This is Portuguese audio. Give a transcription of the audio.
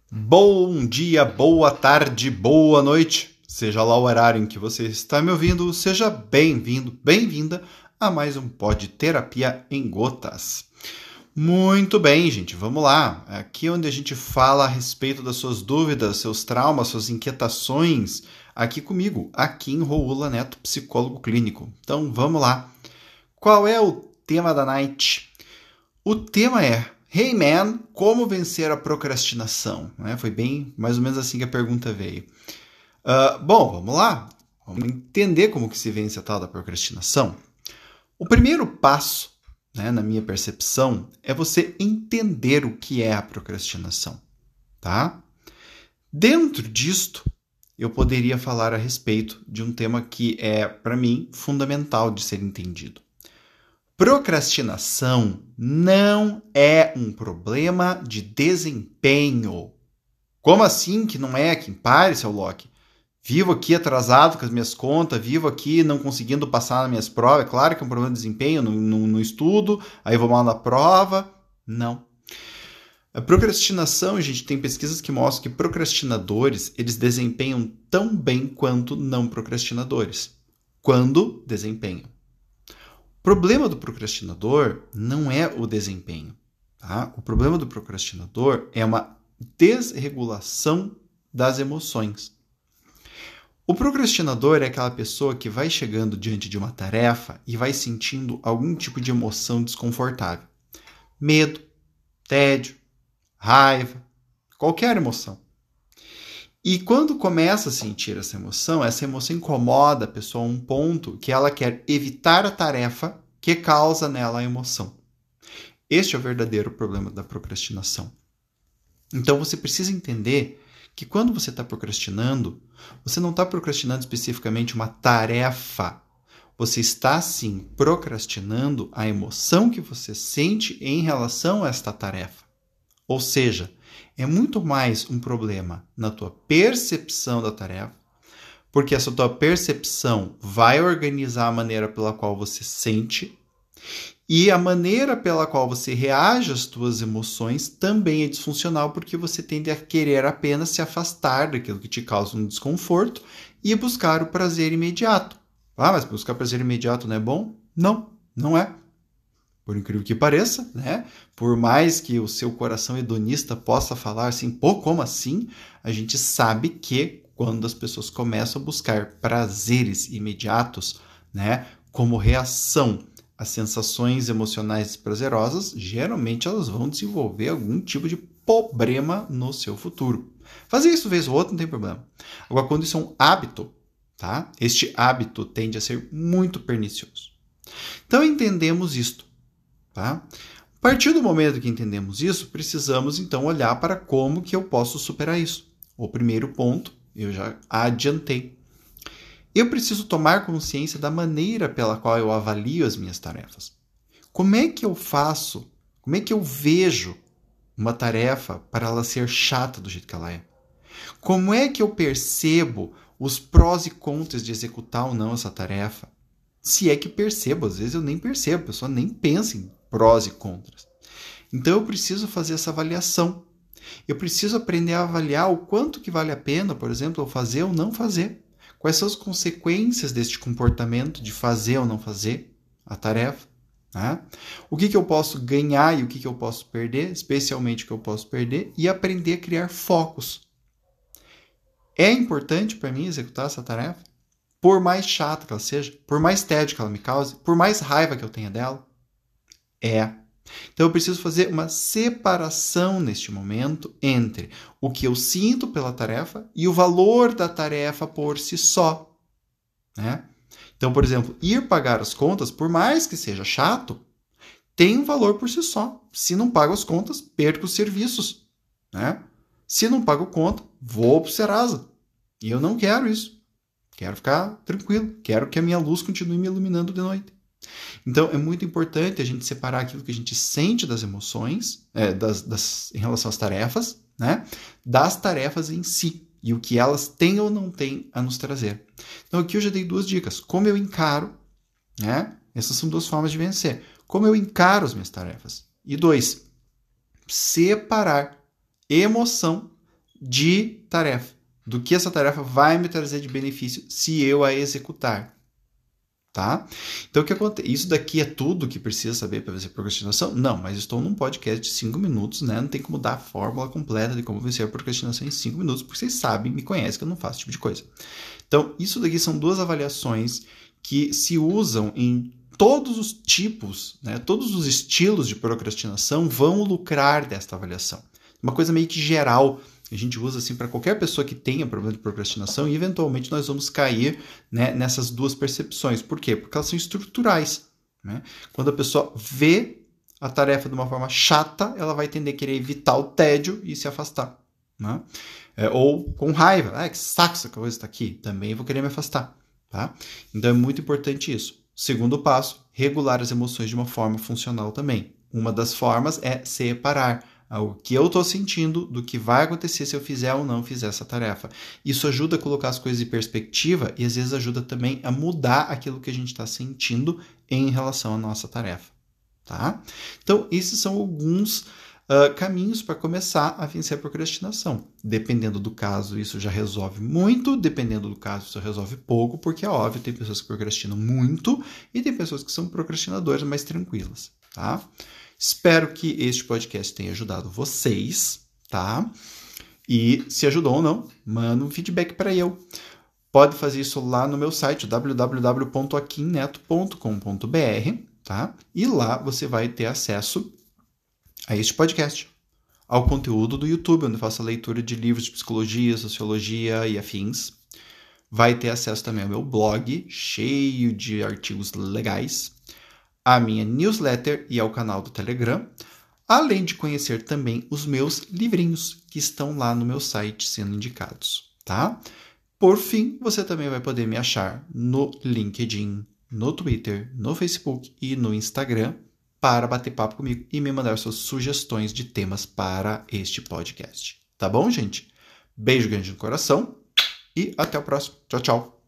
Bom dia, boa tarde, boa noite. Seja lá o horário em que você está me ouvindo, seja bem-vindo, bem-vinda a mais um Pod Terapia em Gotas. Muito bem, gente, vamos lá. Aqui onde a gente fala a respeito das suas dúvidas, seus traumas, suas inquietações, aqui comigo, aqui em Roula Neto, psicólogo clínico. Então, vamos lá. Qual é o tema da night? O tema é Hey man, como vencer a procrastinação? Foi bem mais ou menos assim que a pergunta veio. Bom, vamos lá. Vamos entender como que se vence a tal da procrastinação. O primeiro passo, na minha percepção, é você entender o que é a procrastinação. Tá? Dentro disto, eu poderia falar a respeito de um tema que é, para mim, fundamental de ser entendido. Procrastinação não é um problema de desempenho. Como assim que não é? Que pare, seu Loki. Vivo aqui atrasado com as minhas contas, vivo aqui não conseguindo passar nas minhas provas. É claro que é um problema de desempenho no estudo, aí vou mal na prova. Não. A procrastinação, gente, tem pesquisas que mostram que procrastinadores, eles desempenham tão bem quanto não procrastinadores. Quando desempenham. O problema do procrastinador não é o desempenho. Tá? O problema do procrastinador é uma desregulação das emoções. O procrastinador é aquela pessoa que vai chegando diante de uma tarefa e vai sentindo algum tipo de emoção desconfortável. Medo, tédio, raiva, qualquer emoção. E quando começa a sentir essa emoção incomoda a pessoa a um ponto que ela quer evitar a tarefa que causa nela a emoção. Este é o verdadeiro problema da procrastinação. Então você precisa entender que quando você está procrastinando, você não está procrastinando especificamente uma tarefa. Você está, sim, procrastinando a emoção que você sente em relação a esta tarefa. Ou seja, é muito mais um problema na tua percepção da tarefa, porque essa tua percepção vai organizar a maneira pela qual você sente e a maneira pela qual você reage às tuas emoções também é disfuncional, porque você tende a querer apenas se afastar daquilo que te causa um desconforto e buscar o prazer imediato. Ah, mas buscar prazer imediato não é bom? Não, não é. Por incrível que pareça, Por mais que o seu coração hedonista possa falar assim, pô, como assim? A gente sabe que quando as pessoas começam a buscar prazeres imediatos, Como reação às sensações emocionais prazerosas, geralmente elas vão desenvolver algum tipo de problema no seu futuro. Fazer isso vez ou outra não tem problema. Agora, quando isso é um hábito, tá? Este hábito tende a ser muito pernicioso. Então, entendemos isto. Tá? A partir do momento que entendemos isso, precisamos então olhar para como que eu posso superar isso. O primeiro ponto, eu já adiantei. Eu preciso tomar consciência da maneira pela qual eu avalio as minhas tarefas. Como é que eu faço, como é que eu vejo uma tarefa para ela ser chata do jeito que ela é? Como é que eu percebo os prós e contras de executar ou não essa tarefa? Se é que percebo, às vezes eu nem percebo, a pessoa nem pensa em prós e contras. Então eu preciso fazer essa avaliação. Eu preciso aprender a avaliar o quanto que vale a pena, por exemplo, eu fazer ou não fazer. Quais são as consequências deste comportamento de fazer ou não fazer a tarefa. O que eu posso ganhar e o que eu posso perder, especialmente o que eu posso perder, e aprender a criar focos. É importante para mim executar essa tarefa? Por mais chata que ela seja, por mais tédio que ela me cause, por mais raiva que eu tenha dela? Então eu preciso fazer uma separação neste momento entre o que eu sinto pela tarefa e o valor da tarefa por si só. Então, por exemplo, ir pagar as contas, por mais que seja chato, tem um valor por si só. Se não pago as contas, perco os serviços. Se não pago conta, vou para o Serasa. E eu não quero isso. Quero ficar tranquilo. Quero que a minha luz continue me iluminando de noite. Então, é muito importante a gente separar aquilo que a gente sente das emoções, em relação às tarefas, das tarefas em si e o que elas têm ou não têm a nos trazer. Então, aqui eu já dei 2 dicas. Como eu encaro, essas são 2 formas de vencer. Como eu encaro as minhas tarefas. E 2, separar emoção de tarefa, do que essa tarefa vai me trazer de benefício se eu a executar. Tá? Então, o que acontece? Isso daqui é tudo que precisa saber para vencer a procrastinação? Não, mas estou num podcast de 5 minutos, né? Não tem como dar a fórmula completa de como vencer a procrastinação em 5 minutos, porque vocês sabem, me conhecem, que eu não faço esse tipo de coisa. Então, isso daqui são 2 avaliações que se usam em todos os tipos, né? Todos os estilos de procrastinação vão lucrar desta avaliação. Uma coisa meio que geral, a gente usa assim para qualquer pessoa que tenha problema de procrastinação e eventualmente nós vamos cair, né, nessas 2 percepções. Por quê? Porque elas são estruturais. Né? Quando a pessoa vê a tarefa de uma forma chata, ela vai tender a querer evitar o tédio e se afastar. Né? Ou com raiva. Que saco essa coisa está aqui. Também vou querer me afastar. Tá? Então é muito importante isso. Segundo passo, regular as emoções de uma forma funcional também. Uma das formas é separar o que eu estou sentindo do que vai acontecer se eu fizer ou não fizer essa tarefa. Isso ajuda a colocar as coisas em perspectiva e às vezes ajuda também a mudar aquilo que a gente está sentindo em relação à nossa tarefa. Tá? Então, esses são alguns caminhos para começar a vencer a procrastinação. Dependendo do caso, isso já resolve muito, dependendo do caso, isso resolve pouco, porque é óbvio, tem pessoas que procrastinam muito e tem pessoas que são procrastinadoras mais tranquilas. Tá? Espero que este podcast tenha ajudado vocês, tá? E se ajudou ou não, manda um feedback para eu. Pode fazer isso lá no meu site, www.aquimneto.com.br, tá? E lá você vai ter acesso a este podcast, ao conteúdo do YouTube, onde eu faço a leitura de livros de psicologia, sociologia e afins. Vai ter acesso também ao meu blog, cheio de artigos legais, a minha newsletter e ao canal do Telegram, além de conhecer também os meus livrinhos que estão lá no meu site sendo indicados, tá? Por fim, você também vai poder me achar no LinkedIn, no Twitter, no Facebook e no Instagram para bater papo comigo e me mandar suas sugestões de temas para este podcast. Tá bom, gente? Beijo grande no coração e até o próximo. Tchau, tchau!